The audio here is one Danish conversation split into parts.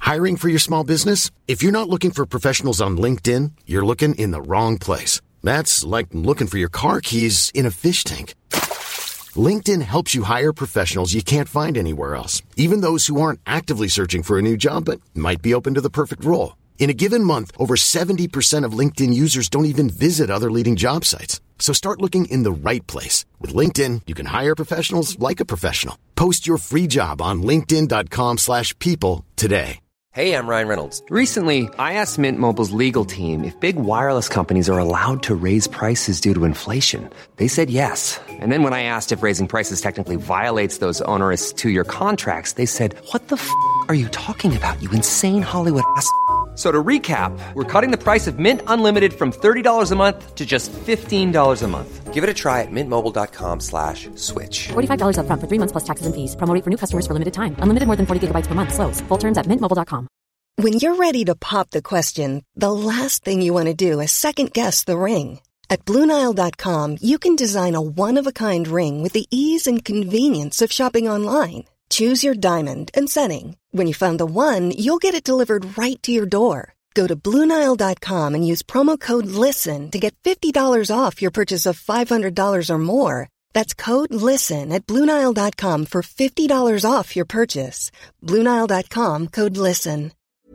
Hiring for your small business? If you're not looking for professionals on LinkedIn, you're looking in the wrong place. That's like looking for your car keys in a fish tank. LinkedIn helps you hire professionals you can't find anywhere else, even those who aren't actively searching for a new job but might be open to the perfect role. In a given month, over 70% of LinkedIn users don't even visit other leading job sites. So start looking in the right place. With LinkedIn, you can hire professionals like a professional. Post your free job on linkedin.com/people today. Hey, I'm Ryan Reynolds. Recently, I asked Mint Mobile's legal team if big wireless companies are allowed to raise prices due to inflation. They said yes. And then when I asked if raising prices technically violates those onerous two-year contracts, they said, what the f*** are you talking about, you insane Hollywood ass? So to recap, we're cutting the price of Mint Unlimited from $30 a month to just $15 a month. Give it a try at mintmobile.com/switch. $45 up front for 3 months plus taxes and fees. Promo rate for new customers for limited time. Unlimited more than 40 gigabytes per month. Slows full terms at mintmobile.com. When you're ready to pop the question, the last thing you want to do is second-guess the ring. At BlueNile.com, you can design a one-of-a-kind ring with the ease and convenience of shopping online. Choose your diamond and setting. When you find the one, you'll get it delivered right to your door. Go to BlueNile.com and use promo code LISTEN to get $50 off your purchase of $500 or more. That's code LISTEN at BlueNile.com for $50 off your purchase. BlueNile.com, code LISTEN.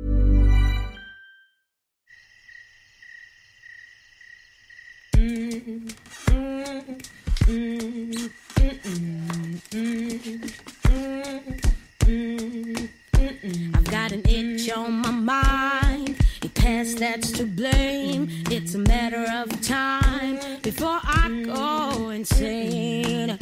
I've got an itch on my mind, a past that's to blame. It's a matter of time before I go insane.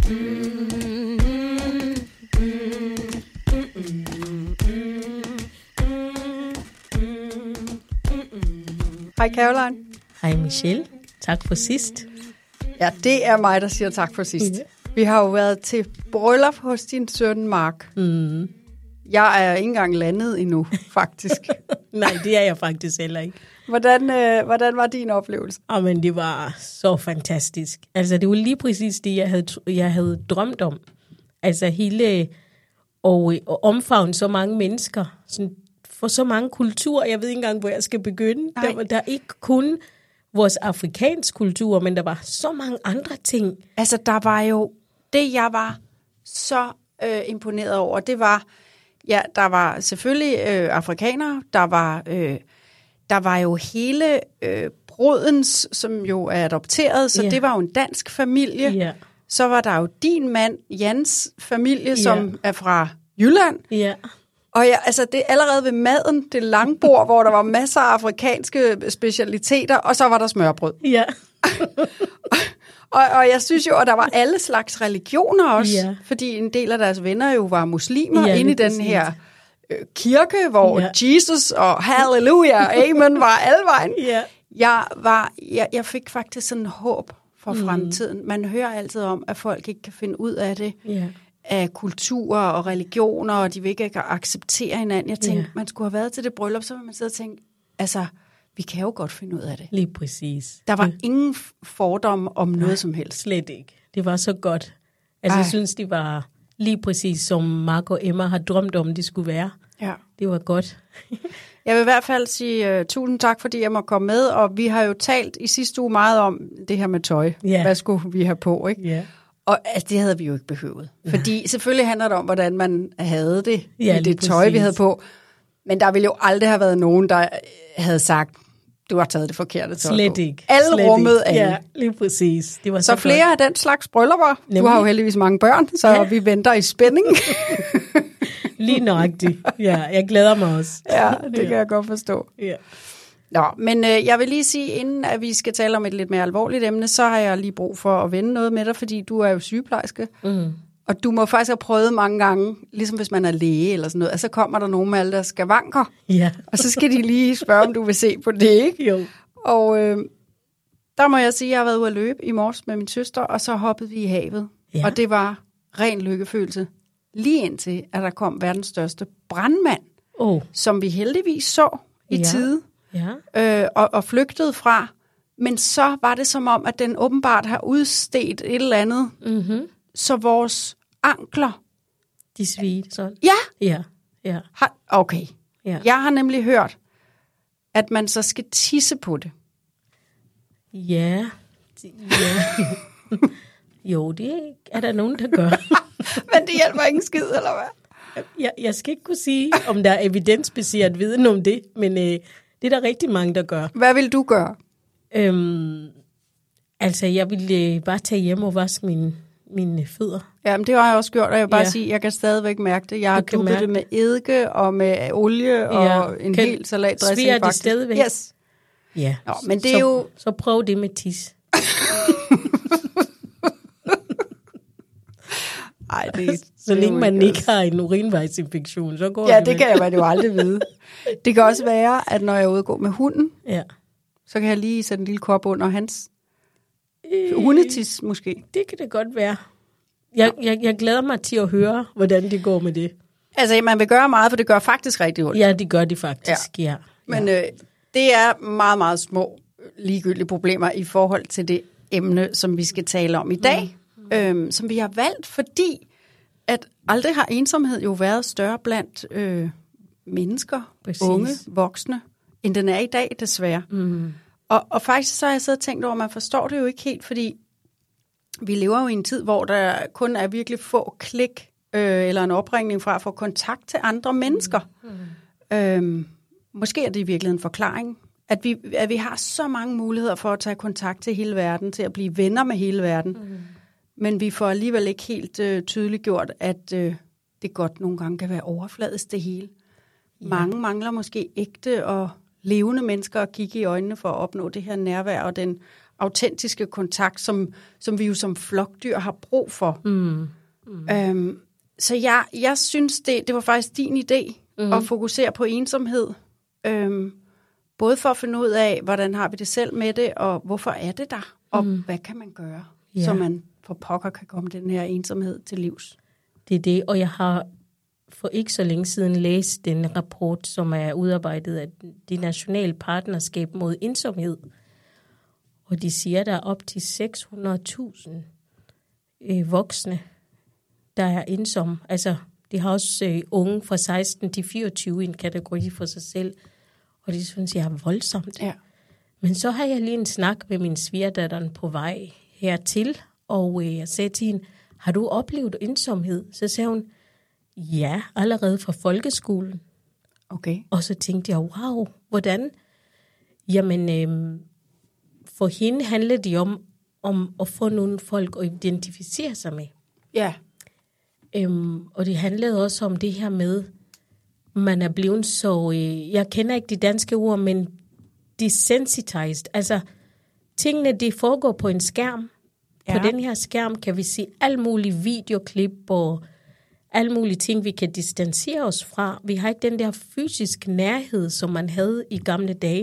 Hej Caroline. Hej Michelle. Tak for sidst. Ja, det er mig, der siger tak for sidst. Vi har jo været til bryllup hos din søn Mark. Jeg er ikke engang landet endnu, faktisk. Nej, det er jeg faktisk heller ikke. Hvordan var din oplevelse? Men det var så fantastisk. Altså, det var lige præcis det, jeg havde drømt om. Altså, hele og omfavne så mange mennesker, sådan, for så mange kulturer. Jeg ved ikke engang, hvor jeg skal begynde. Der er ikke kun vores afrikansk kultur, men der var så mange andre ting. Altså, der var jo det, jeg var så imponeret over. Det var, ja, der var selvfølgelig afrikanere. Der var jo hele brudens, som jo er adopteret, så det var jo en dansk familie. Yeah. Så var der jo din mand, Jans familie, som er fra Jylland. Ja. Og altså det allerede ved maden, det langbord, hvor der var masser af afrikanske specialiteter, og så var der smørbrød. Ja. og jeg synes jo, at der var alle slags religioner også, fordi en del af deres venner jo var muslimer inde i den her kirke, hvor Jesus og halleluja, amen var alle vejen. Jeg fik faktisk sådan håb for fremtiden. Man hører altid om, at folk ikke kan finde ud af det. Af kulturer og religioner, og de vil ikke acceptere hinanden. Jeg tænkte, man skulle have været til det bryllup, så vil man sidde og tænke, altså, vi kan jo godt finde ud af det. Lige præcis. Der var ingen fordomme om noget som helst. Slet ikke. Det var så godt. Altså, jeg synes, det var lige præcis, som Mark og Emma har drømt om, det skulle være. Ja. Det var godt. Jeg vil i hvert fald sige tusind tak, fordi jeg må komme med, og vi har jo talt i sidste uge meget om det her med tøj. Hvad skulle vi have på, ikke? Ja. Og altså, det havde vi jo ikke behøvet. Fordi selvfølgelig handler det om, hvordan man havde det i det tøj, vi havde på. Men der ville jo aldrig have været nogen, der havde sagt, du har taget det forkerte tøj Slet på. ikke. Alle Slet rummet ikke. af. Ja, lige præcis. Det var så flere godt. af den slags bryllupper. Du har jo heldigvis mange børn, så vi venter i spænding. Lige nøjagtigt. Ja, jeg glæder mig også. Ja, det kan jeg godt forstå. Ja. Nå, men jeg vil lige sige, inden at vi skal tale om et lidt mere alvorligt emne, så har jeg lige brug for at vende noget med dig, fordi du er jo sygeplejerske. Og du må faktisk have prøvet mange gange, ligesom hvis man er læge eller sådan noget, at så kommer der nogen med alle der skavanker. Ja. Og så skal de lige spørge, om du vil se på det, ikke? Jo. Og der må jeg sige, at jeg har været ude at løbe i morges med min søster, og så hoppede vi i havet. Ja. Og det var ren lykkefølelse. Lige indtil, at der kom verdens største brandmand, som vi heldigvis så i tide. Ja. Og flygtede fra. Men så var det som om, at den åbenbart har udstedt et eller andet. Så vores ankler... De svigte sådan? Ja. Ja. Okay. Ja. Jeg har nemlig hørt, at man så skal tisse på det. Ja. Jo, det er der nogen, der gør. Men det hjælper ingen skid, eller hvad? Jeg skal ikke kunne sige, om der er evidensbaseret viden om det, men det er der rigtig mange, der gør. Hvad vil du gøre? Altså, jeg vil bare tage hjem og vaske mine fødder. Jamen, det har jeg også gjort, og jeg vil bare sige, at jeg kan stadigvæk mærke det. Jeg har duppet det med eddike og med olie og en hel salatdressing. Sviger det stadigvæk? Yes. Ja, nå, men det er jo... Så prøv det med tis. Ej, det så længe man ikke har en urinvejsinfektion, så går det. Ja, det kan jeg jo aldrig vide. Det kan også være, at når jeg er ude og gå med hunden, så kan jeg lige sætte en lille kop under hans hundetis måske. Det kan det godt være. Jeg glæder mig til at høre, hvordan det går med det. Altså, man vil gøre meget, for det gør faktisk rigtig ondt. Ja, det gør det faktisk, ja. Men det er meget, meget små ligegyldige problemer i forhold til det emne, som vi skal tale om i dag. Som vi har valgt, fordi at aldrig har ensomhed jo været større blandt mennesker, unge, voksne, end den er i dag, desværre. Og faktisk så har jeg siddet og tænkt over, at man forstår det jo ikke helt, fordi vi lever jo i en tid, hvor der kun er virkelig få klik eller en opringning fra at få kontakt til andre mennesker. Måske er det i virkeligheden en forklaring, at vi har så mange muligheder for at tage kontakt til hele verden, til at blive venner med hele verden. Men vi får alligevel ikke helt tydeligt gjort, at det godt nogle gange kan være overfladisk det hele. Ja. Mange mangler måske ægte og levende mennesker at kigge i øjnene for at opnå det her nærvær og den autentiske kontakt, som vi jo som flokdyr har brug for. Så jeg synes, det var faktisk din idé at fokusere på ensomhed. Både for at finde ud af, hvordan har vi det selv med det, og hvorfor er det der, og hvad kan man gøre, så man for pokker kan komme den her ensomhed til livs. Det er det, og jeg har for ikke så længe siden læst en rapport, som er udarbejdet af det nationale partnerskab mod ensomhed. Og de siger, at der er op til 600.000 voksne, der er ensomme. Altså, de har også unge fra 16 til 24 i en kategori for sig selv. Og det synes jeg er voldsomt. Ja. Men så har jeg lige en snak med min svigerdatteren på vej hertil, og jeg sagde til hende, har du oplevet ensomhed? Så sagde hun, ja, allerede fra folkeskolen. Okay. Og så tænkte jeg, wow, hvordan? Jamen, for hende handler det om at få nogle folk at identificere sig med. Ja. Og det handlede også om det her med, man er blevet så, jeg kender ikke de danske ord, men desensitized. Altså, tingene, de foregår på en skærm. På den her skærm kan vi se alle mulige videoklip og alle mulige ting, vi kan distancere os fra. Vi har ikke den der fysiske nærhed, som man havde i gamle dage.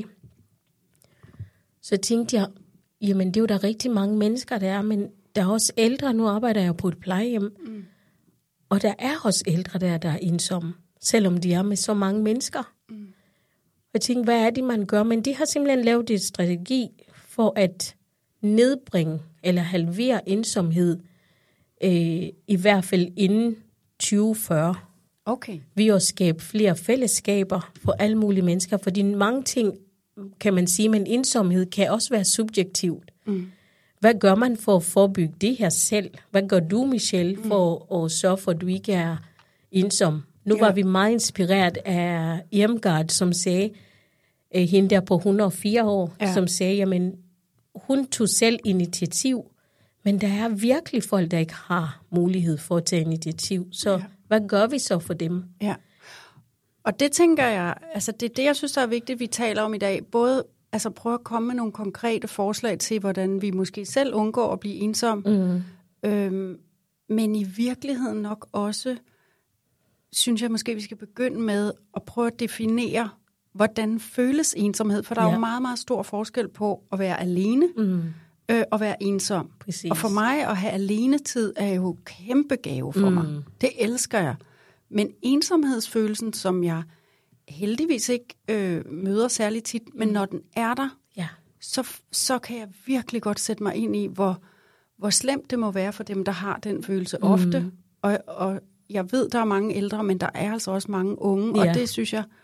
Så tænkte jeg, jamen det er jo der rigtig mange mennesker, der er, men der er også ældre. Nu arbejder jeg på et plejehjem. Og der er også ældre, der er ensomme, selvom de er med så mange mennesker. Jeg tænkte, hvad er det, man gør? Men de har simpelthen lavet en strategi for at nedbringe eller halvere ensomhed, i hvert fald inden 2040. Okay. Vi at skabe flere fællesskaber for alle mulige mennesker, fordi mange ting, kan man sige, men ensomhed kan også være subjektivt. Hvad gør man for at forebygge det her selv? Hvad gør du, Michelle, for at sørge for, at du ikke er ensom? Nu var vi meget inspireret af Irmgard, som sagde, hende der på 104 år, som sagde, jamen, hun tog selv initiativ, men der er virkelig folk, der ikke har mulighed for at tage initiativ. Så hvad gør vi så for dem? Ja, og det tænker jeg, altså det er det, jeg synes, der er vigtigt, vi taler om i dag. Både altså prøve at komme med nogle konkrete forslag til, hvordan vi måske selv undgår at blive ensomme, men i virkeligheden nok også, synes jeg måske, vi skal begynde med at prøve at definere, hvordan føles ensomhed, for der er jo meget, meget stor forskel på at være alene og være ensom. Præcis. Og for mig at have alenetid er jo kæmpe gave for mig. Det elsker jeg. Men ensomhedsfølelsen, som jeg heldigvis ikke møder særlig tit, men når den er der, så kan jeg virkelig godt sætte mig ind i, hvor slemt det må være for dem, der har den følelse ofte. Og jeg ved, der er mange ældre, men der er altså også mange unge, og det synes jeg,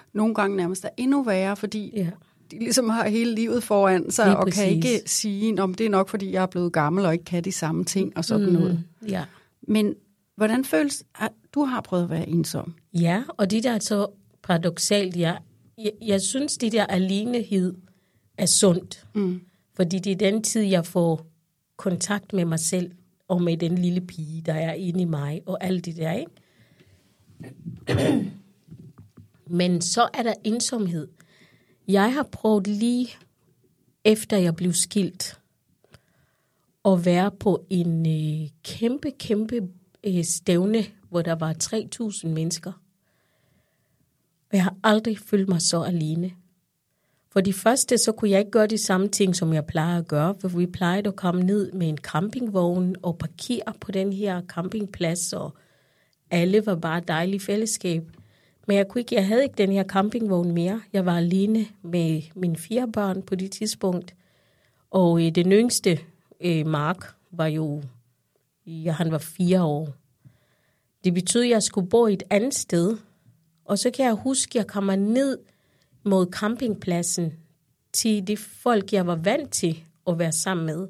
nogle gange nærmest er endnu værre, fordi de ligesom har hele livet foran sig, og kan ikke sige, om det er nok, fordi jeg er blevet gammel og ikke kan de samme ting og sådan noget. Ja. Men hvordan føles at du har prøvet at være ensom? Ja, og det der er så paradoksalt, jeg synes, det der alenehed er sundt. Fordi det er den tid, jeg får kontakt med mig selv, og med den lille pige, der er inde i mig, og alt det der, ikke? Men så er der ensomhed. Jeg har prøvet lige efter jeg blev skilt, at være på en kæmpe stævne, hvor der var 3.000 mennesker. Og jeg har aldrig følt mig så alene. For de første, så kunne jeg ikke gøre de samme ting, som jeg plejer at gøre, for vi plejede at komme ned med en campingvogn og parkere på den her campingplads, og alle var bare dejligt fællesskab. Men jeg havde ikke den her campingvogn mere. Jeg var alene med mine 4 børn på det tidspunkt. Og den yngste, Mark, var jo, han var 4 år. Det betød, at jeg skulle bo et andet sted. Og så kan jeg huske, at jeg kommer ned mod campingpladsen til de folk, jeg var vant til at være sammen med.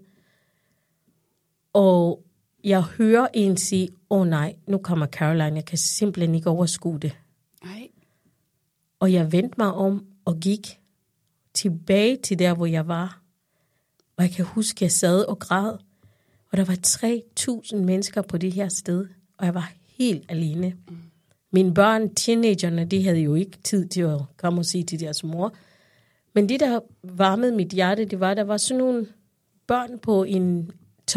Og jeg hører en sige, nej, nu kommer Caroline, jeg kan simpelthen ikke overskue det. Nej. Og jeg vendte mig om og gik tilbage til der, hvor jeg var. Og jeg kan huske, at jeg sad og græd. Og der var 3.000 mennesker på det her sted, og jeg var helt alene. Mine børn, teenagerne, de havde jo ikke tid til at komme og sige til deres mor. Men det, der varmede mit hjerte, det var, der var sådan nogle børn på en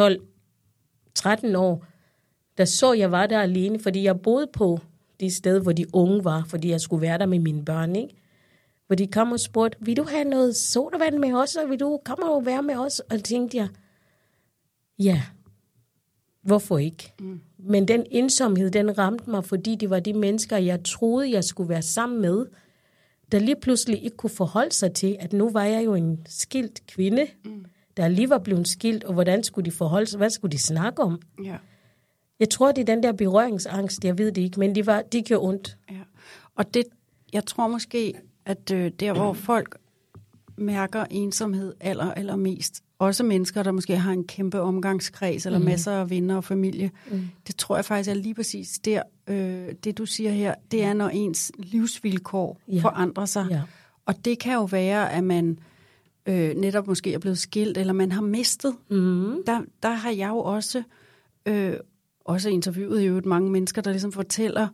12-13 år, der så, jeg var der alene, fordi jeg boede på det sted, hvor de unge var, fordi jeg skulle være der med mine børn, ikke? Hvor de kom og spurgte, vil du have noget sodavand med os, og vil du komme og være med os? Og tænkte jeg, ja, hvorfor ikke? Men den ensomhed, den ramte mig, fordi det var de mennesker, jeg troede, jeg skulle være sammen med, der lige pludselig ikke kunne forholde sig til, at nu var jeg jo en skilt kvinde, der lige var blevet skilt, og hvordan skulle de forholde sig, hvad skulle de snakke om? Ja. Jeg tror, det er den der berøringsangst, jeg ved det ikke, men det gjorde ondt. Ja. Og det, jeg tror måske, at der, hvor folk mærker ensomhed allermest, også mennesker, der måske har en kæmpe omgangskreds, eller masser af venner og familie, det tror jeg faktisk er lige præcis der, det du siger her, det er, når ens livsvilkår forandrer sig. Ja. Og det kan jo være, at man netop måske er blevet skilt, eller man har mistet. Der har jeg jo også interviewet jo mange mennesker, der ligesom fortæller,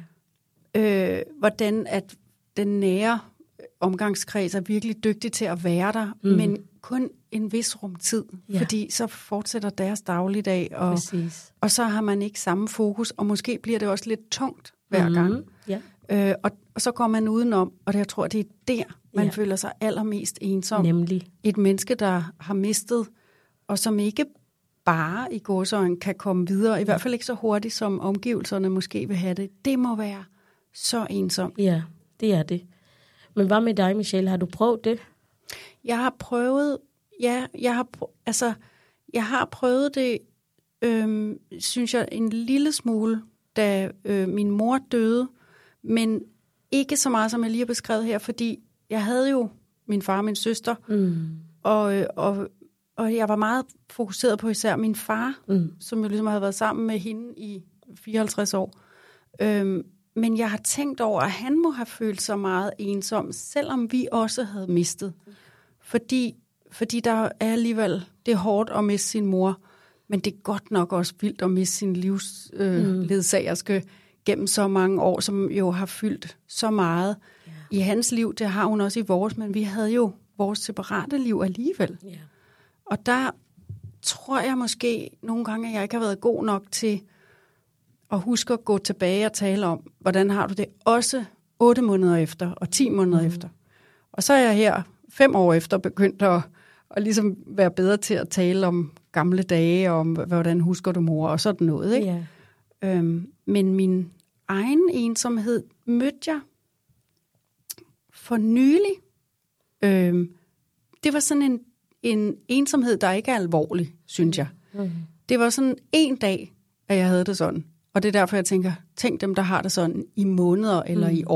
hvordan at den nære omgangskreds er virkelig dygtig til at være der, men kun en vis rumtid, fordi så fortsætter deres dagligdag, og så har man ikke samme fokus, og måske bliver det også lidt tungt hver gang. Ja. Og så går man udenom, og jeg tror, det er der, man føler sig allermest ensom. Nemlig. Et menneske, der har mistet, og som ikke bare i gåseøjne kan komme videre, i hvert fald ikke så hurtigt, som omgivelserne måske vil have det. Det må være så ensomt. Ja, det er det. Men hvad med dig, Michelle? Har du prøvet det? Jeg har prøvet, jeg har prøvet det, synes jeg, en lille smule, da min mor døde, men ikke så meget, som jeg lige har beskrevet her, fordi jeg havde jo min far og min søster, og jeg var meget fokuseret på især min far, som jo ligesom havde været sammen med hende i 54 år. Men jeg har tænkt over, at han må have følt sig meget ensom, selvom vi også havde mistet. Fordi der er alligevel, det er hårdt at miste sin mor, men det er godt nok også vildt at miste sin livsledsagerske gennem så mange år, som jo har fyldt så meget i hans liv. Det har hun også i vores, men vi havde jo vores separate liv alligevel. Yeah. Og der tror jeg måske nogle gange, at jeg ikke har været god nok til at huske at gå tilbage og tale om, hvordan har du det, også 8 måneder efter og 10 måneder efter. Og så er jeg her 5 år efter begyndt at ligesom være bedre til at tale om gamle dage, og om hvordan husker du mor, og sådan noget. Ikke? Yeah. Men min egen ensomhed mødte jeg for nylig. Det var sådan en ensomhed, der ikke er alvorlig, synes jeg. Det var sådan en dag, at jeg havde det sådan. Og det er derfor, jeg tænker, tænk dem, der har det sådan i måneder eller i år.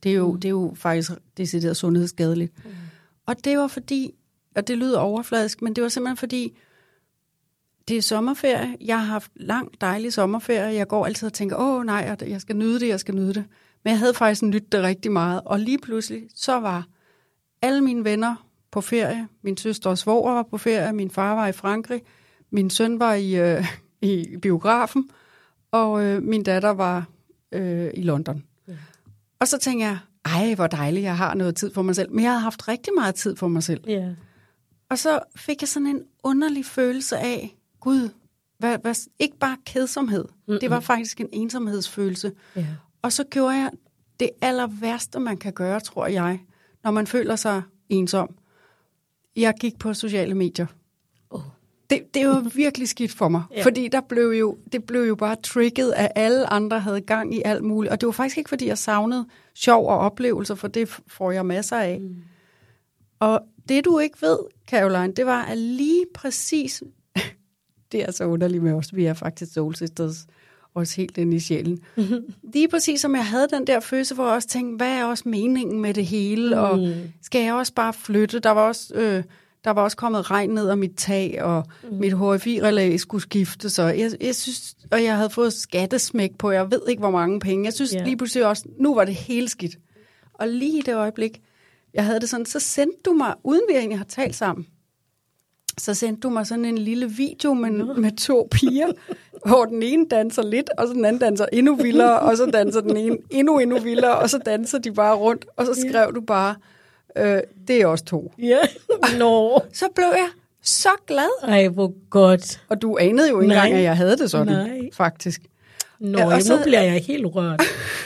Det er jo faktisk decideret sundhedsskadeligt. Og det var fordi, og det lyder overfladisk, men det var simpelthen fordi, det er sommerferie. Jeg har haft lang, dejlig sommerferie. Jeg går altid og tænker, nej, jeg skal nyde det. Men jeg havde faktisk nydt det rigtig meget. Og lige pludselig, så var alle mine venner på ferie. Min søster og svoger var på ferie. Min far var i Frankrig. Min søn var i biografen. Og min datter var i London. Ja. Og så tænker jeg, ej, hvor dejligt, jeg har noget tid for mig selv. Men jeg havde haft rigtig meget tid for mig selv. Ja. Og så fik jeg sådan en underlig følelse af, Gud, ikke bare kedsomhed. Det var faktisk en ensomhedsfølelse. Ja. Og så gjorde jeg det aller værste, man kan gøre, tror jeg, når man føler sig ensom. Jeg gik på sociale medier. Det var virkelig skidt for mig, fordi det blev jo bare trigget, at alle andre havde gang i alt muligt. Og det var faktisk ikke, fordi jeg savnede sjov og oplevelser, for det får jeg masser af. Og det, du ikke ved, Caroline, det var, at lige præcis, det er så underligt med os, vi er faktisk Soul Sisters, også helt inde i sjælen. Lige præcis som jeg havde den der følelse, hvor jeg også tænkte, hvad er også meningen med det hele, og skal jeg også bare flytte? Der var også kommet regn ned af mit tag, og mit HFI-relæ skulle skifte, så jeg synes, og jeg havde fået skattesmæk på, jeg ved ikke, hvor mange penge. Jeg synes lige pludselig også, nu var det helt skidt. Og lige i det øjeblik, jeg havde det sådan, så sendte du mig, uden vi egentlig har talt sammen, så sendte du mig sådan en lille video med 2 piger, hvor den ene danser lidt, og så den anden danser endnu vildere, og så danser den ene endnu vildere, og så danser de bare rundt, og så skrev du bare, det er os 2. Ja, Så blev jeg så glad. Ej, hvor godt. Og du anede jo ikke engang, at jeg havde det sådan, faktisk. Nu bliver jeg helt rørt.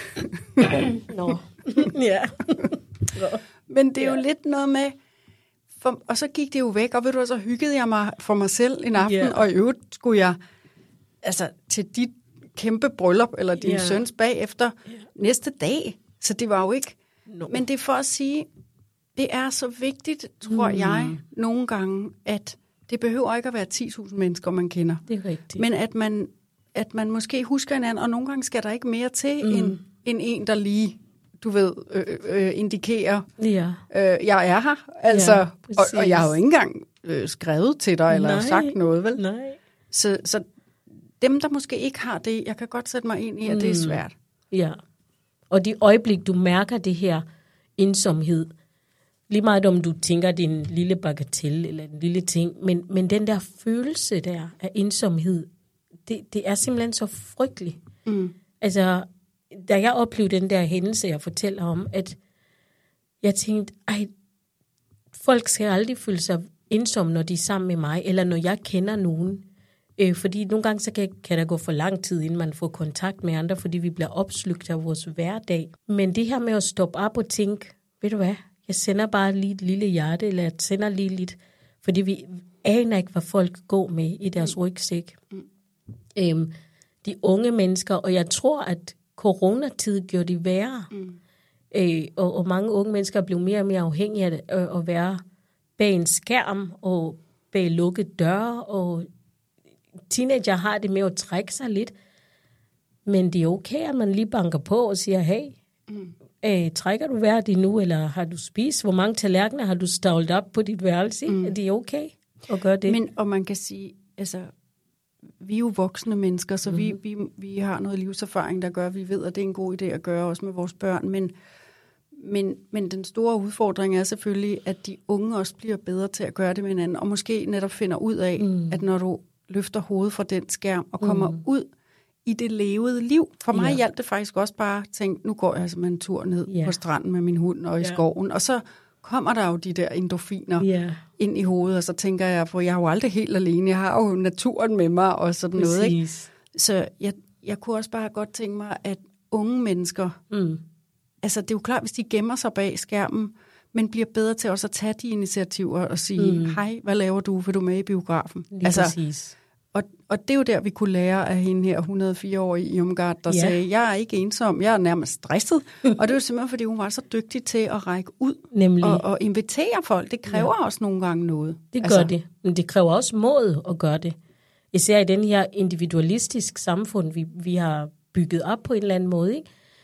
Ja. Men det er jo lidt noget med, og så gik det jo væk, og ved du, så hyggede jeg mig for mig selv en aften, og i øvrigt skulle jeg til dit kæmpe bryllup, eller din søns bagefter, næste dag. Så det var jo ikke. Men det er for at sige, det er så vigtigt, tror jeg, nogle gange, at det behøver ikke at være 10.000 mennesker, man kender. Det er rigtigt. Men at man måske husker hinanden, og nogle gange skal der ikke mere til, end en, der lige, du ved, indikerer, jeg er her. Altså, og jeg har jo ikke engang skrevet til dig, eller sagt noget, vel? Nej. Så dem, der måske ikke har det, jeg kan godt sætte mig ind i, at det er svært. Ja, og de øjeblik, du mærker det her ensomhed, lige meget om du tænker, det er en lille bagatel eller en lille ting, men den der følelse der af ensomhed, det er simpelthen så frygteligt. Altså, da jeg oplevede den der hændelse, jeg fortæller om, at jeg tænkte, folk skal aldrig føle sig ensomme, når de er sammen med mig, eller når jeg kender nogen. Fordi nogle gange så kan der gå for lang tid, inden man får kontakt med andre, fordi vi bliver opslugt af vores hverdag. Men det her med at stoppe op og tænke, ved du hvad, jeg sender bare lige et lille hjerte, eller jeg sender lige lidt, fordi vi aner ikke, hvad folk går med i deres rygsæk. De unge mennesker, og jeg tror, at coronatid gjorde det værre. Og mange unge mennesker blev mere og mere afhængige af at være bag en skærm og bag lukkede døre, og teenager har det med at trække sig lidt. Men det er okay, at man lige banker på og siger, hey, trækker du vejret nu, eller har du spist? Hvor mange tallerkener har du stavlet op på dit værelse? Er det okay at gøre det? Og man kan sige, altså, vi er jo voksne mennesker, så vi har noget livserfaring, der gør, at vi ved, at det er en god idé at gøre, også med vores børn. Men den store udfordring er selvfølgelig, at de unge også bliver bedre til at gøre det med hinanden, og måske netop finder ud af, at når du løfter hovedet fra den skærm og kommer ud i det levede liv. For mig hjalp det faktisk også bare at tænke, nu går jeg altså med en tur ned på stranden med min hund og i skoven, og så kommer der jo de der endorfiner ind i hovedet, og så tænker jeg, for jeg er jo aldrig helt alene, jeg har jo naturen med mig og sådan noget. Ikke? Så jeg kunne også bare godt tænke mig, at unge mennesker, altså det er jo klart, hvis de gemmer sig bag skærmen, men bliver bedre til også at tage de initiativer og sige, hej, hvad laver du? Vil du med i biografen? Præcis. Og det er jo der, vi kunne lære af hende her 104-årige Irmgard, der sagde, jeg er ikke ensom, jeg er nærmest stresset. Og det er jo simpelthen, fordi hun var så dygtig til at række ud og invitere folk. Det kræver også nogle gange noget. Det gør det, men det kræver også mod at gøre det. Især i den her individualistisk samfund, vi har bygget op på en eller anden måde, ikke?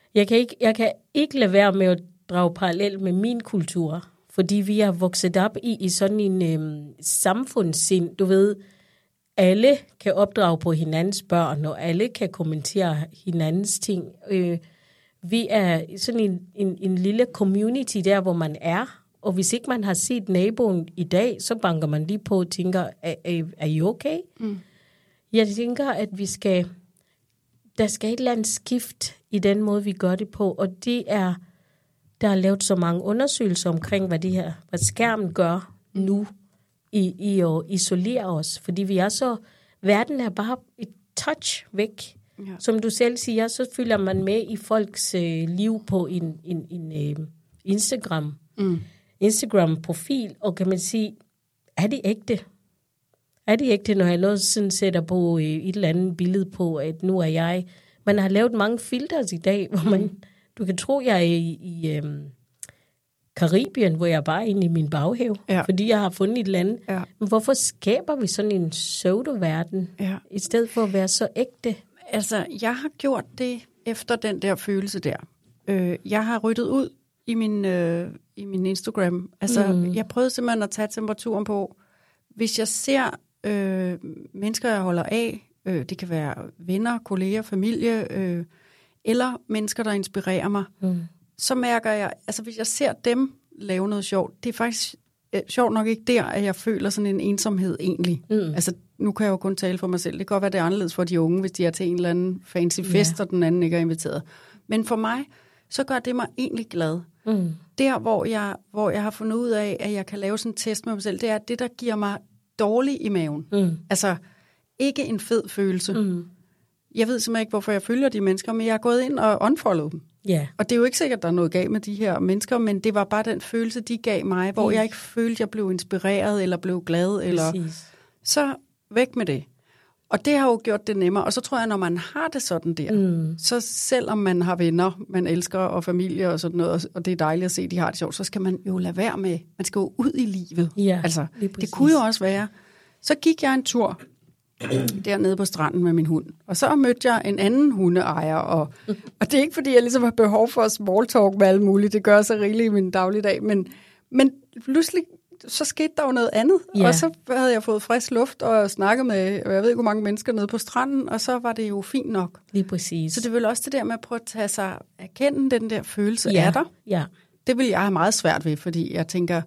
Jeg kan ikke lade være med at drage parallel med min kultur, fordi vi er vokset op i sådan en samfundssind, du ved, alle kan opdrage på hinandens børn, og alle kan kommentere hinandens ting. Vi er sådan en lille community der, hvor man er, og hvis ikke man har set naboen i dag, så banker man lige på og tænker, er I okay? Jeg tænker, at der skal et eller andet skift i den måde, vi gør det på, og der er lavet så mange undersøgelser omkring, hvad skærmen gør nu i at isolere os, fordi verden er bare et touch væk. Ja. Som du selv siger, så følger man med i folks liv på en Instagram-profil, og kan man sige, er det ægte? Er det ægte, når jeg sådan sætter på et eller andet billede på, at nu er jeg... Man har lavet mange filters i dag, hvor du kan tro, jeg er i Karibien, hvor jeg bare er inde i min baghave, fordi jeg har fundet et eller andet. Ja. Men hvorfor skaber vi sådan en pseudo-verden, i stedet for at være så ægte? Altså, jeg har gjort det efter den der følelse der. Jeg har ryddet ud i min Instagram. Altså, jeg prøvede simpelthen at tage temperaturen på. Hvis jeg ser mennesker, jeg holder af, det kan være venner, kolleger, familie, eller mennesker, der inspirerer mig, så mærker jeg, altså hvis jeg ser dem lave noget sjovt, det er faktisk sjovt nok ikke der, at jeg føler sådan en ensomhed egentlig. Altså, nu kan jeg jo kun tale for mig selv. Det kan godt være, det er anderledes for de unge, hvis de er til en eller anden fancy fest, og den anden ikke er inviteret. Men for mig, så gør det mig egentlig glad. Der, hvor jeg har fundet ud af, at jeg kan lave sådan en test med mig selv, det er det, der giver mig dårligt i maven. Altså, ikke en fed følelse. Jeg ved simpelthen ikke, hvorfor jeg følger de mennesker, men jeg er gået ind og unfollowet dem. Yeah. Og det er jo ikke sikkert, at der er noget galt med de her mennesker, men det var bare den følelse, de gav mig, hvor jeg ikke følte, at jeg blev inspireret, eller blev glad, eller så væk med det. Og det har jo gjort det nemmere. Og så tror jeg, når man har det sådan der, så selvom man har venner, man elsker, og familie og sådan noget, og det er dejligt at se, at de har det sjovt, så skal man jo lade være med. Man skal jo ud i livet. Ja, altså, det kunne jo også være. Så gik jeg en tur dernede på stranden med min hund, og så mødte jeg en anden hundeejer, og det er ikke, fordi jeg ligesom har behov for at small talk med alle mulige, det gør jeg så rigeligt i min dagligdag, men pludselig så skete der jo noget andet, og så havde jeg fået frisk luft og snakket med, jeg ved ikke, hvor mange mennesker nede på stranden, og så var det jo fint nok. Lige præcis. Så det vil også det der med at prøve at tage sig, erkende den der følelse af der. Ja. Det vil jeg have meget svært ved, fordi jeg tænker,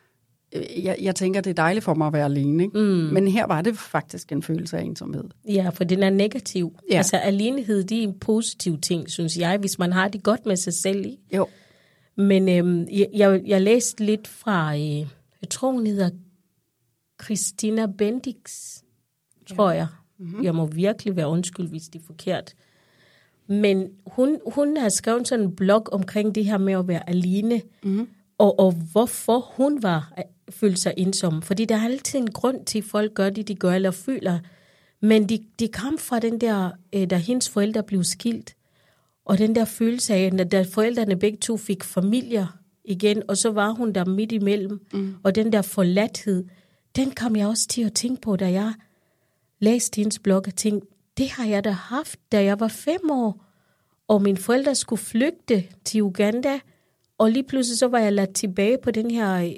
det er dejligt for mig at være alene, ikke? Men her var det faktisk en følelse af ensomhed. Ja, for den er negativ. Ja. Altså alenehed, det er en positiv ting, synes jeg, hvis man har det godt med sig selv. Ikke? Jo. Men jeg læste lidt fra, jeg tror hun hedder Christina Bendix, tror jeg. Jeg må virkelig være undskyld, hvis det er forkert. Men hun har skrevet sådan en blog omkring det her med at være alene, og hvorfor hun følte sig ensom. Fordi der er altid en grund til, at folk gør det, de gør eller føler. Men de kom fra den der, da hendes forældre blev skilt. Og den der følelse af, da forældrene begge to fik familier igen, og så var hun der midt imellem. Og den der forladthed, den kom jeg også til at tænke på, da jeg læste hendes blog og tænkte, det har jeg da haft, da jeg var 5 år. Og mine forældre skulle flygte til Uganda, og lige pludselig så var jeg ladt tilbage på den her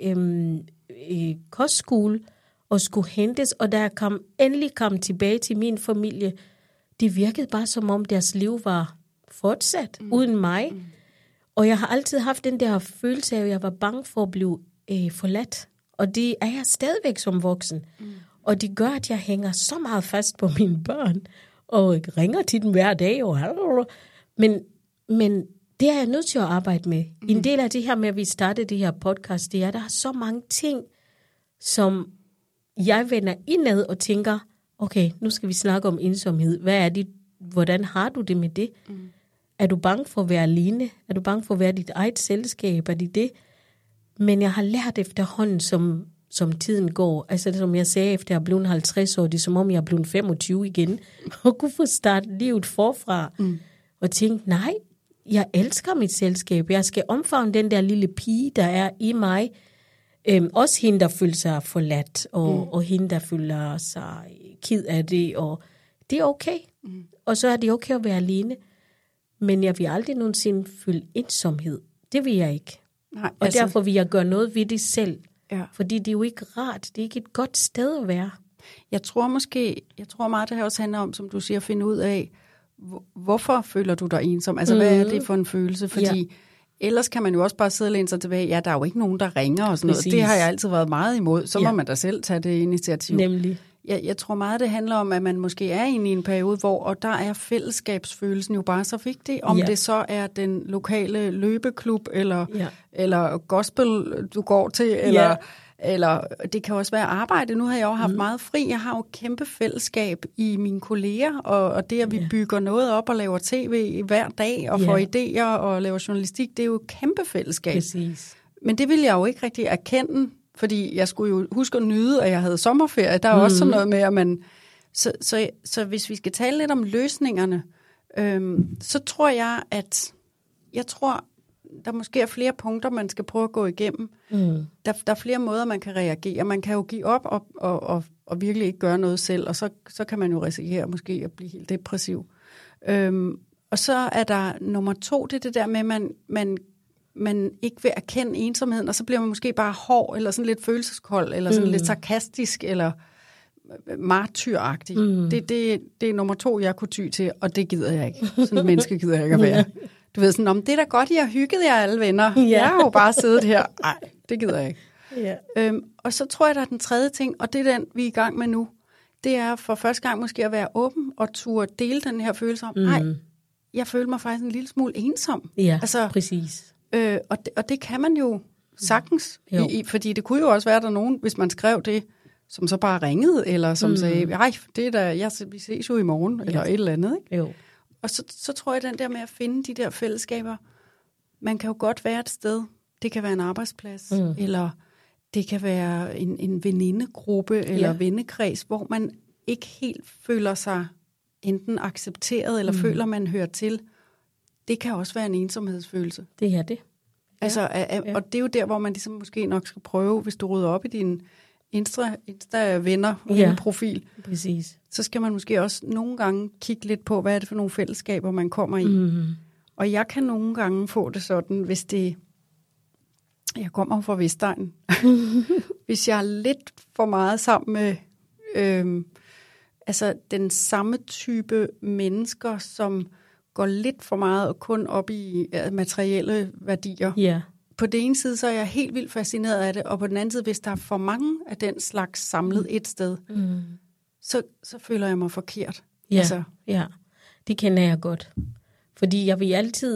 kostskole og skulle hentes, og da jeg endelig kom tilbage til min familie, det virkede bare som om deres liv var fortsat uden mig. Og jeg har altid haft den der følelse af, at jeg var bange for at blive forladt. Og det er jeg stadigvæk som voksen. Og det gør, at jeg hænger så meget fast på mine børn, og ringer til dem hver dag. Men det er jeg nødt til at arbejde med. En del af det her med, at vi startede det her podcast, det er, at der er så mange ting, som jeg vender indad og tænker, okay, nu skal vi snakke om ensomhed. Hvad er det? Hvordan har du det med det? Er du bange for at være alene? Er du bange for at være dit eget selskab? Er det det? Men jeg har lært efterhånden, som tiden går. Altså som jeg sagde, efter jeg er blevet 50 år, det er som om jeg er blevet 25 igen, og kunne få startet livet forfra. Og tænke, nej, jeg elsker mit selskab. Jeg skal omfavne den der lille pige, der er i mig. Også hende, der føler sig forladt, og hende, der føler sig ked af det. Og det er okay. Og så er det okay at være alene. Men jeg vil aldrig nogensinde føle ensomhed. Det vil jeg ikke. Nej, og derfor vil jeg gøre noget ved det selv. Ja. Fordi det er jo ikke rart. Det er ikke et godt sted at være. Jeg tror meget, det her også handler om, som du siger, at finde ud af, hvorfor føler du dig ensom? Altså, hvad er det for en følelse? Fordi ellers kan man jo også bare sidde og læne sig tilbage. Ja, der er jo ikke nogen, der ringer og sådan noget. Det har jeg altid været meget imod. Så må man da selv tage det initiativ. Nemlig. Jeg tror meget, det handler om, at man måske er inde i en periode, og der er fællesskabsfølelsen jo bare så vigtig. Om det så er den lokale løbeklub, eller gospel, du går til, eller det kan også være arbejde. Nu har jeg jo haft meget fri. Jeg har jo kæmpe fællesskab i mine kolleger, og det, at vi bygger noget op og laver tv hver dag, og får idéer og laver journalistik, det er jo et kæmpe fællesskab. Præcis. Men det ville jeg jo ikke rigtig erkende, fordi jeg skulle jo huske at nyde, at jeg havde sommerferie. Der er også sådan noget med, at man... Så hvis vi skal tale lidt om løsningerne, så tror jeg, der måske er flere punkter, man skal prøve at gå igennem. Der er flere måder, man kan reagere. Man kan jo give op og virkelig ikke gøre noget selv, og så kan man jo risikere måske at blive helt depressiv. Og så er der nummer 2, det er det der med, man ikke vil erkende ensomheden, og så bliver man måske bare hård, eller sådan lidt følelseskold, eller sådan lidt sarkastisk, eller martyragtig. Det er nummer 2, jeg kunne ty til, og det gider jeg ikke. Sådan et menneske gider jeg ikke at være. Du ved sådan, det er da godt, I har hygget jer alle venner. Jeg har jo bare siddet her. Nej, det gider jeg ikke. Og så tror jeg, der er den tredje ting, og det er den, vi er i gang med nu. Det er for første gang måske at være åben og turde dele den her følelse om, jeg føler mig faktisk en lille smule ensom. Ja, altså, præcis. Og det kan man jo sagtens, fordi det kunne jo også være, der nogen, hvis man skrev det, som så bare ringede, eller som sagde, det er da, vi ses jo i morgen, eller et eller andet. Ikke? Jo. Og så tror jeg, den der med at finde de der fællesskaber, man kan jo godt være et sted, det kan være en arbejdsplads, eller det kan være en venindegruppe, eller vennekreds, hvor man ikke helt føler sig enten accepteret, eller føler, man hører til. Det kan også være en ensomhedsfølelse. Det er det. Altså, og det er jo der, hvor man ligesom måske nok skal prøve, hvis du rydder op i din Insta-venner-profil. Præcis. Så skal man måske også nogle gange kigge lidt på, hvad er det for nogle fællesskaber, man kommer i. Og jeg kan nogle gange få det sådan, hvis det... Jeg kommer fra Vestegnen. Hvis jeg er lidt for meget sammen med den samme type mennesker, som går lidt for meget og kun op i materielle værdier. Yeah. På den ene side, så er jeg helt vildt fascineret af det, og på den anden side, hvis der er for mange af den slags samlet et sted, så føler jeg mig forkert. Ja, det kender jeg godt. Fordi jeg vil altid...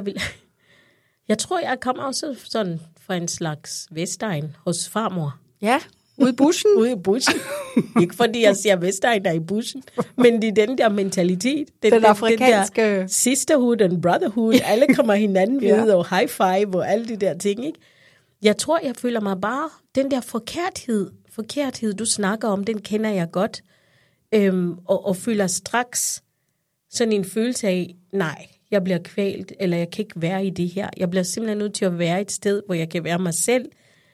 Jeg tror, jeg kommer også sådan fra en slags Vestegn hos farmor. Ja, ude i bussen. Ude i bussen. Ikke fordi jeg siger Vestegn er i bussen, men det er den der mentalitet. Den afrikanske... Den der sisterhood and brotherhood. Alle kommer hinanden ved, og high five og alle de der ting, ikke? Jeg tror, jeg føler mig bare... Den der forkerthed, du snakker om, den kender jeg godt. Og føler straks sådan en følelse af, nej, jeg bliver kvalt, eller jeg kan ikke være i det her. Jeg bliver simpelthen nødt til at være et sted, hvor jeg kan være mig selv.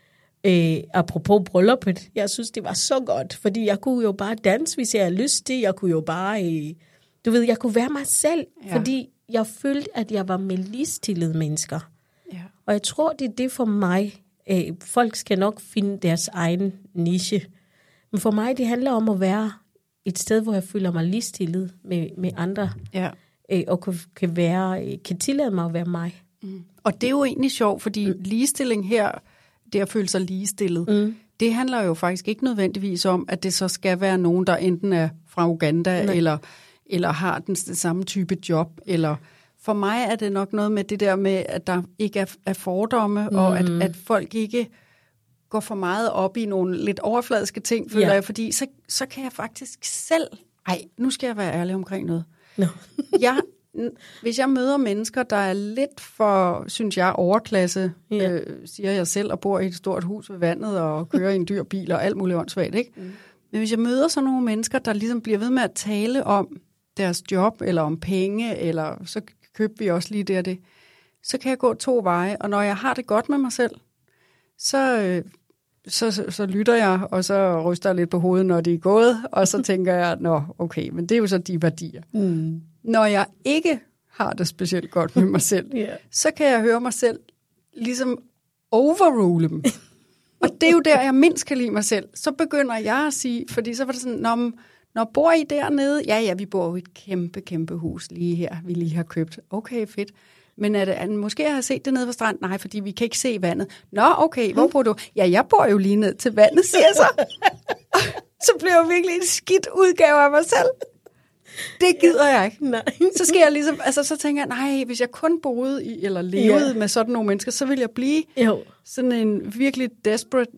Apropos brylluppet, jeg synes, det var så godt, fordi jeg kunne jo bare danse, hvis jeg havde lyst til. Jeg kunne jo bare, jeg kunne være mig selv, fordi jeg følte, at jeg var med ligestillede mennesker. Ja. Og jeg tror, det er det for mig. Folk skal nok finde deres egen niche. Men for mig, det handler om at være et sted, hvor jeg føler mig ligestillet med andre. Ja. Og kan tillade mig at være mig. Og det er jo egentlig sjovt, fordi ligestilling her, det at føle sig ligestillet, det handler jo faktisk ikke nødvendigvis om, at det så skal være nogen, der enten er fra Uganda, eller har den samme type job. Eller for mig er det nok noget med det der med, at der ikke er fordomme, og at folk ikke går for meget op i nogle lidt overfladiske ting, føler jeg, fordi så kan jeg faktisk selv... nu skal jeg være ærlig omkring noget. No. Hvis jeg møder mennesker, der er lidt for, synes jeg, overklasse, siger jeg selv, og bor i et stort hus ved vandet, og kører i en dyr bil, og alt muligt åndssvagt, ikke? Men hvis jeg møder sådan nogle mennesker, der ligesom bliver ved med at tale om deres job, eller om penge, eller så køber vi også lige det og det, så kan jeg gå 2 veje, og når jeg har det godt med mig selv, så lytter jeg, og så ryster jeg lidt på hovedet, når de er gået, og så tænker jeg, okay, men det er jo så de værdier. Når jeg ikke har det specielt godt med mig selv, så kan jeg høre mig selv ligesom overrule dem. Og det er jo der, jeg mindst kan lide mig selv. Så begynder jeg at sige, fordi så var det sådan, når bor I dernede? Ja, vi bor jo i et kæmpe, kæmpe hus lige her, vi lige har købt. Okay, fedt. Men måske jeg har set det nede på stranden? Nej, fordi vi kan ikke se vandet. Nå, okay, hvor bor du? Ja, jeg bor jo lige ned til vandet, siger jeg så. Så bliver jeg virkelig en skidt udgave af mig selv. Det gider jeg ikke. Nej. Så skal jeg ligesom, så tænker jeg, nej, hvis jeg kun boede i, eller levede med sådan nogle mennesker, så ville jeg blive sådan en virkelig desperate,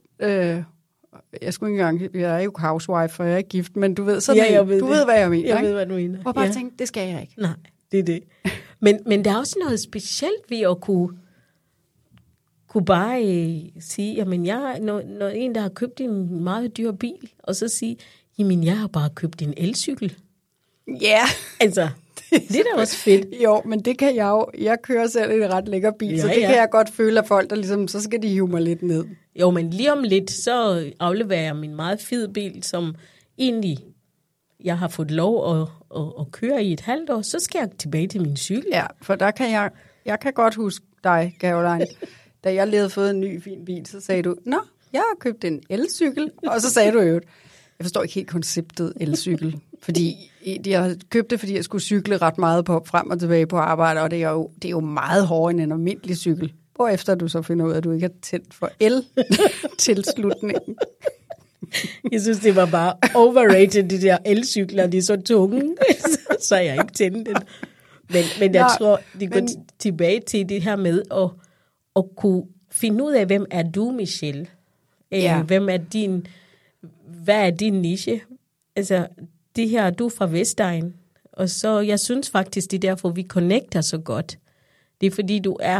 jeg skulle ikke engang, jeg er jo housewife, for jeg er ikke gift, men du ved, sådan du ved, hvad jeg mener. Jeg ved, hvad du mener. Og bare tænke, det skal jeg ikke. Nej, det er det. Men der er også noget specielt ved at kunne bare sige, jamen når en, der har købt en meget dyr bil, og så sige, jamen jeg har bare købt en elcykel. Ja. Yeah. Altså, det er da også fedt. Jo, men det kan jeg jo. Jeg kører selv en ret lækker bil, så det kan jeg godt føle af folk, der ligesom, så skal de hive mig lidt ned. Jo, men lige om lidt, så afleverer jeg min meget fede bil, som egentlig jeg har fået lov at køre i et halvt år, så skal jeg tilbage til min cykel. Ja, for der kan jeg kan godt huske dig, Caroline. Da jeg lige havde fået en ny fin bil, så sagde du, nå, jeg har købt en elcykel, og så sagde du jo, jeg forstår ikke helt konceptet elcykel, fordi jeg købte det, fordi jeg skulle cykle ret meget frem og tilbage på arbejde, og det er jo meget hårdere end en almindelig cykel. Hvorefter du så finder ud af, at du ikke har tændt for el-tilslutningen. Jeg synes, det var bare overrated, de der elcykler, de er så tunge, så jeg ikke tændte den. Men jeg tror, de går tilbage til det her med at kunne finde ud af, hvem er du, Michelle? Hvem er hvad er din niche? Altså, det her, du er fra Vestegn, og så, jeg synes faktisk, det er derfor, vi connecter så godt. Det er fordi,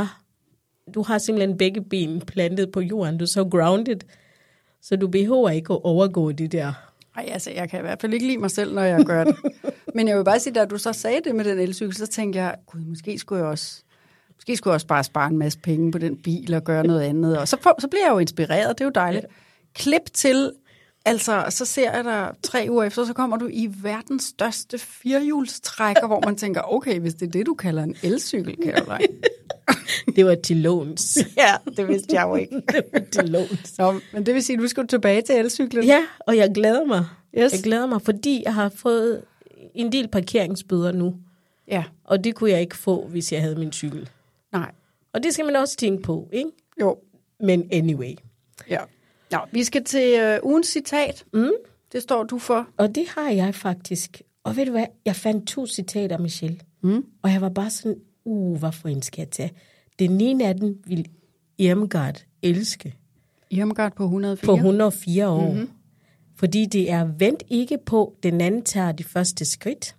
du har simpelthen begge ben plantet på jorden, du er så grounded, så du behøver ikke at overgå det der. Ej, altså, jeg kan i hvert fald ikke lide mig selv, når jeg gør det. Men jeg vil bare sige, da du så sagde det med den elcykel, så tænkte jeg, gud, måske skulle jeg også bare spare en masse penge på den bil og gøre noget andet. Og så bliver jeg jo inspireret, det er jo dejligt. Klip til, altså, så ser jeg dig 3 uger efter, så kommer du i verdens største firehjulstrækker, hvor man tænker, okay, hvis det er det, du kalder en elcykel, Caroline. Det var til låns. Ja, det vidste jeg jo ikke. Det var til låns. Nå, men det vil sige, at du skal tilbage til elcyklen? Ja, og jeg glæder mig. Yes. Jeg glæder mig, fordi jeg har fået en del parkeringsbøder nu. Ja. Og det kunne jeg ikke få, hvis jeg havde min cykel. Nej. Og det skal man også tænke på, ikke? Jo. Men anyway. Ja. Nå, vi skal til ugens citat. Det står du for. Og det har jeg faktisk. Og ved du hvad? Jeg fandt 2 citater, Michelle. Og jeg var bare sådan, hvorfor en skal jeg tage? Den ene af dem vil Irmgard elske. Irmgard på 104? På 104 år. Fordi det er, vent ikke på, den anden tager de første skridt.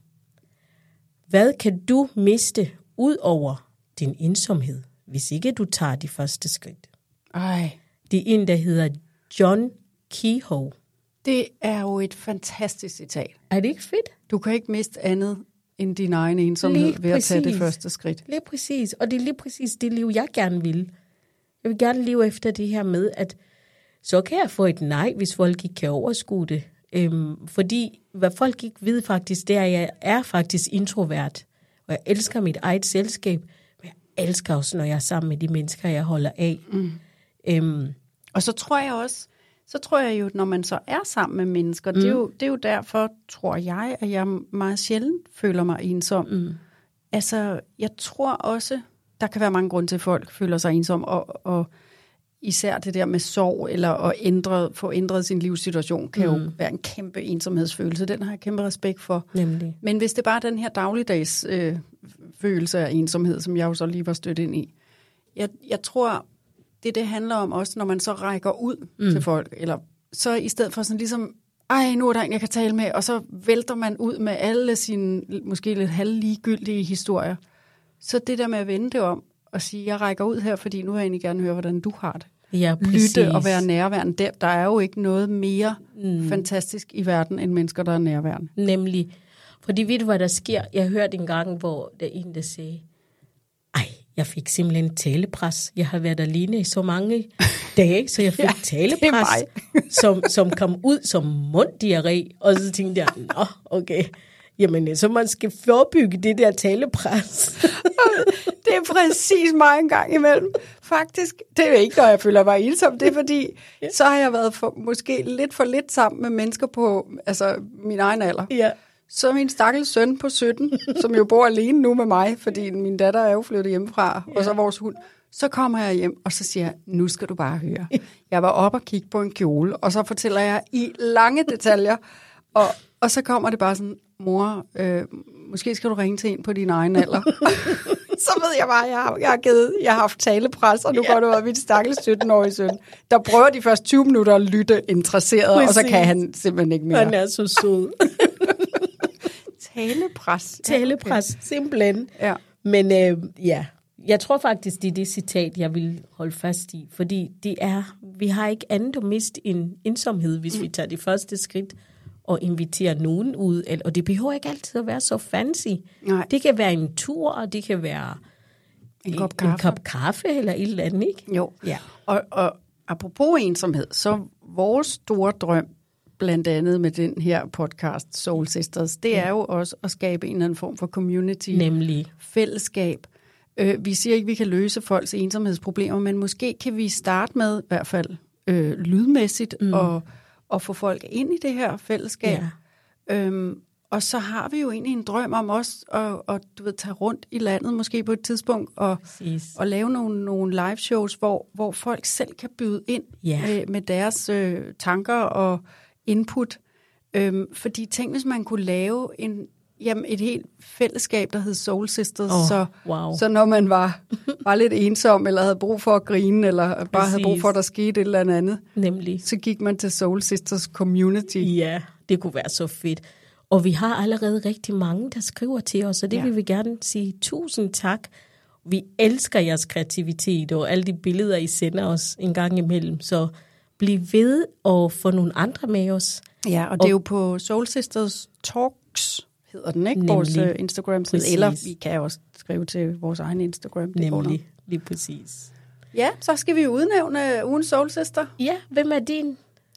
Hvad kan du miste ud over din ensomhed, hvis ikke du tager de første skridt? Ej. Det er en, der hedder John Kehoe. Det er jo et fantastisk citat. Er det ikke fedt? Du kan ikke miste andet end din egen ensomhed ved at tage det første skridt. Lige præcis. Og det er lige præcis det liv, jeg gerne vil. Jeg vil gerne leve efter det her med, at så kan jeg få et nej, hvis folk ikke kan overskue det. Fordi hvad folk ikke ved faktisk, det er, at jeg er faktisk introvert. Og jeg elsker mit eget selskab. Men jeg elsker også, når jeg er sammen med de mennesker, jeg holder af. Og så tror jeg jo, når man så er sammen med mennesker, det er jo derfor, tror jeg, at jeg meget sjældent føler mig ensom. Altså, jeg tror også, der kan være mange grunde til, at folk føler sig ensom, og især det der med sorg, eller at få ændret sin livssituation, kan jo være en kæmpe ensomhedsfølelse. Den har jeg kæmpe respekt for. Nemlig. Men hvis det bare er den her dagligdags følelse af ensomhed, som jeg jo så lige var stødt ind i, jeg tror, det handler om også, når man så rækker ud til folk, eller så i stedet for sådan ligesom, nu er der en, jeg kan tale med, og så vælter man ud med alle sine måske lidt halvligegyldige historier. Så det der med at vende det om, og sige, jeg rækker ud her, fordi nu vil jeg egentlig gerne høre, hvordan du har det. Ja, præcis. Lytte og være nærværende. Der er jo ikke noget mere fantastisk i verden, end mennesker, der er nærværende. Nemlig. Fordi ved du, hvad der sker? Jeg hørte en gang, hvor der en, der sagde, jeg fik simpelthen talepres. Jeg har været alene i så mange dage, så jeg fik talepres, som kom ud som munddiarré. Og så tænkte jeg, okay, jamen, så man skal forebygge det der talepres. Det er præcis mig en gang imellem. Faktisk, det er ikke, når jeg føler mig ensom. Det er fordi, så har jeg været måske lidt for lidt sammen med mennesker på min egen alder. Ja. Så min stakkels søn på 17, som jo bor alene nu med mig, fordi min datter er jo flyttet hjemmefra, og så vores hund. Så kommer jeg hjem, og så siger jeg, nu skal du bare høre. Jeg var oppe og kigge på en kjole, og så fortæller jeg i lange detaljer, og så kommer det bare sådan, mor, måske skal du ringe til en på din egen alder. Så ved jeg bare, jeg har haft talepres, og nu går det ud af mit stakkels 17-årige søn. Der prøver de første 20 minutter at lytte interesseret, præcis. Og så kan han simpelthen ikke mere. Han er så sød. Talepres, simpelthen. Ja. Men jeg tror faktisk, det er det citat, jeg vil holde fast i, fordi vi har ikke andet at miste en ensomhed, hvis vi tager det første skridt og inviterer nogen ud. Og det behøver ikke altid at være så fancy. Nej. Det kan være en tur, og det kan være en kop kaffe eller et eller andet, ikke? Jo, ja. Og apropos ensomhed, så vores store drøm, blandt andet med den her podcast, Soul Sisters, det er jo også at skabe en eller anden form for community. Nemlig. Fællesskab. Vi siger ikke, at vi kan løse folks ensomhedsproblemer, men måske kan vi starte med, i hvert fald lydmæssigt, og få folk ind i det her fællesskab. Ja. Og så har vi jo egentlig en drøm om os at tage rundt i landet, måske på et tidspunkt, og lave nogle live shows, hvor folk selv kan byde ind med deres tanker og input. Fordi tænk, hvis man kunne lave et helt fællesskab, der hed Soul Sisters, så når man var lidt ensom, eller havde brug for at grine, eller bare havde brug for, at der skete et eller andet, nemlig, så gik man til Soul Sisters Community. Ja, det kunne være så fedt. Og vi har allerede rigtig mange, der skriver til os, og det vil vi gerne sige tusind tak. Vi elsker jeres kreativitet, og alle de billeder, I sender os en gang imellem, så bliv ved og få nogle andre med os. Ja, og det er jo på Soul Sisters Talks, hedder den, ikke? Vores Instagram-side. Eller vi kan også skrive til vores egen Instagram. Nemlig, lige præcis. Ja, så skal vi udnævne ugens Soul Sister. Ja, hvem er din?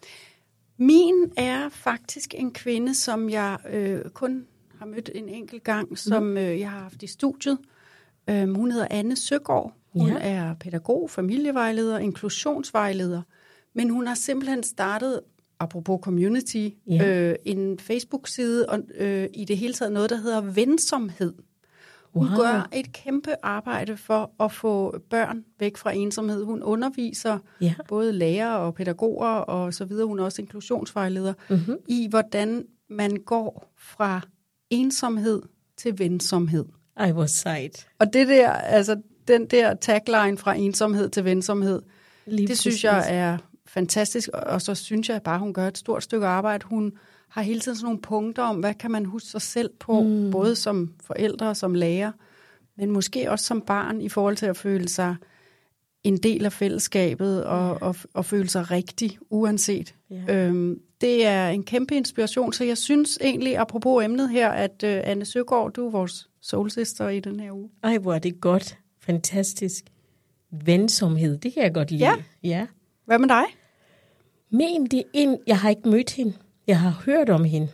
Min er faktisk en kvinde, som jeg kun har mødt en enkelt gang, som jeg har haft i studiet. Hun hedder Anne Søgaard. Hun er pædagog, familievejleder, inklusionsvejleder. Men hun har simpelthen startet, apropos community, en Facebook-side, og i det hele taget noget, der hedder Vensomhed. Hun gør et kæmpe arbejde for at få børn væk fra ensomhed. Hun underviser både lærere og pædagoger og så videre. Hun er også inklusionsvejleder i, hvordan man går fra ensomhed til vensomhed. Ej, hvor sejt. Og det der, altså den der tagline fra ensomhed til vensomhed, det synes jeg er fantastisk. Og så synes jeg bare, hun gør et stort stykke arbejde. Hun har hele tiden sådan nogle punkter om, hvad kan man huske sig selv på, både som forældre og som lærer, men måske også som barn i forhold til at føle sig en del af fællesskabet og føle sig rigtig, uanset. Ja. Det er en kæmpe inspiration, så jeg synes egentlig, apropos emnet her, at Anne Søgaard, du er vores soul sister i den her uge. Ej, hvor er det godt. Fantastisk. Vensomhed, det kan jeg godt lide. Ja. Hvad med dig? Men det er jeg har ikke mødt hende. Jeg har hørt om hende,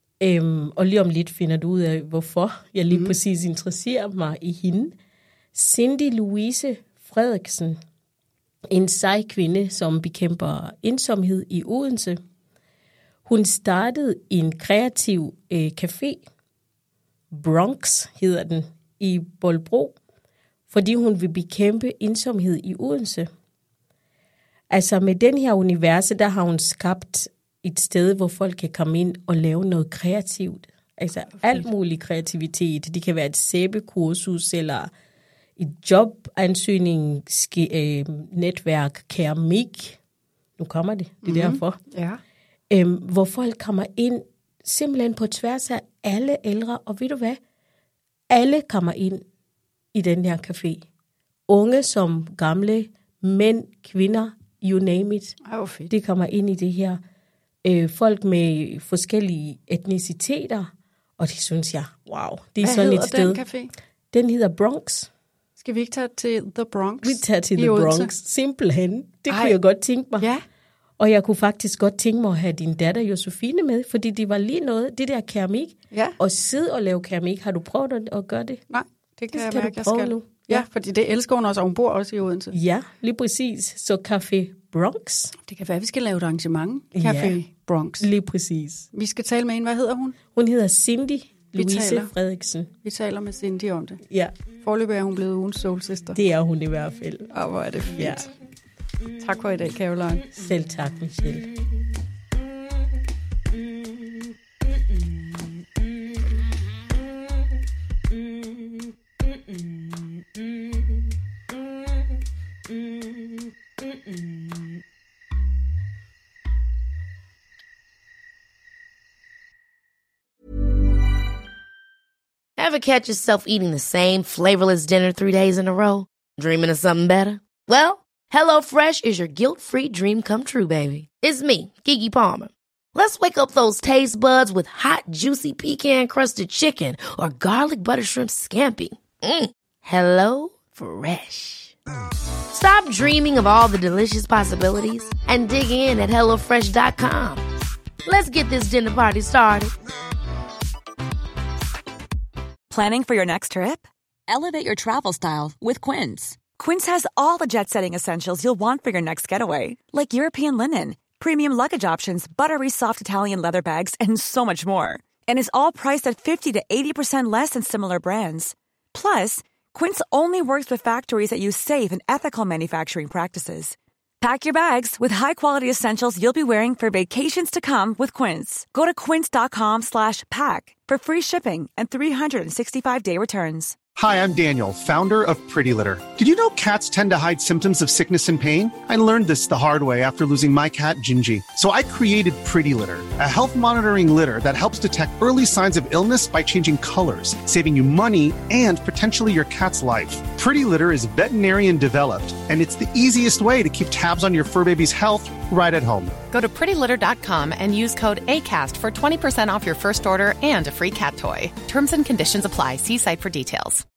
og lige om lidt finder du ud af, hvorfor jeg lige præcis interesserer mig i hende. Cindy Louise Frederiksen, en sej kvinde, som bekæmper ensomhed i Odense. Hun startede en kreativ café, Bronx hedder den, i Bolbro, fordi hun vil bekæmpe ensomhed i Odense. Altså med den her univers, der har hun skabt et sted, hvor folk kan komme ind og lave noget kreativt. Altså alt mulig kreativitet. Det kan være et sæbekursus eller et jobansøgningsnetværk, keramik. Nu kommer det er derfor. Ja. Hvor folk kommer ind simpelthen på tværs af alle ældre. Og ved du hvad? Alle kommer ind i den her café. Unge som gamle, mænd, kvinder, you name it. Det kommer ind i det her. Folk med forskellige etniciteter, og det synes jeg, wow, det er hvad sådan et sted. Den café? Den hedder Bronx. Skal vi ikke tage til The Bronx? Vi tager til The Bronx, simpelthen. Det kunne jeg godt tænke mig. Ja. Og jeg kunne faktisk godt tænke mig at have din datter Josefine med, fordi det var lige noget, det der keramik. Ja. Og sidde og lave keramik. Har du prøvet at gøre det? Nej, det kan jeg mærke, jeg skal. Nu. Ja, fordi det elsker hun også, og hun bor også i Odense. Ja, lige præcis. Så Café Bronx. Det kan være, at vi skal lave et arrangement. Café Bronx. Lige præcis. Vi skal tale med hende. Hvad hedder hun? Hun hedder Cindy Louise Frederiksen. Vi taler med Cindy om det. Ja. Foreløbig er hun blevet ugens soulsister. Det er hun i hvert fald. Og hvor er det fint. Ja. Tak for i dag, Caroline. Selv tak, Michelle. Ever catch yourself eating the same flavorless dinner 3 days in a row? Dreaming of something better? Well, HelloFresh is your guilt-free dream come true, baby. It's me, Keke Palmer. Let's wake up those taste buds with hot, juicy pecan-crusted chicken or garlic butter shrimp scampi. Hello Fresh. Stop dreaming of all the delicious possibilities and dig in at HelloFresh.com. Let's get this dinner party started. Planning for your next trip? Elevate your travel style with Quince. Quince has all the jet-setting essentials you'll want for your next getaway, like European linen, premium luggage options, buttery soft Italian leather bags, and so much more. And is all priced at 50 to 80% less than similar brands. Plus, Quince only works with factories that use safe and ethical manufacturing practices. Pack your bags with high-quality essentials you'll be wearing for vacations to come with Quince. Go to quince.com/pack for free shipping and 365-day returns. Hi, I'm Daniel, founder of Pretty Litter. Did you know cats tend to hide symptoms of sickness and pain? I learned this the hard way after losing my cat, Gingy. So I created Pretty Litter, a health monitoring litter that helps detect early signs of illness by changing colors, saving you money and potentially your cat's life. Pretty Litter is veterinarian developed, and it's the easiest way to keep tabs on your fur baby's health right at home. Go to prettylitter.com and use code ACAST for 20% off your first order and a free cat toy. Terms and conditions apply. See site for details.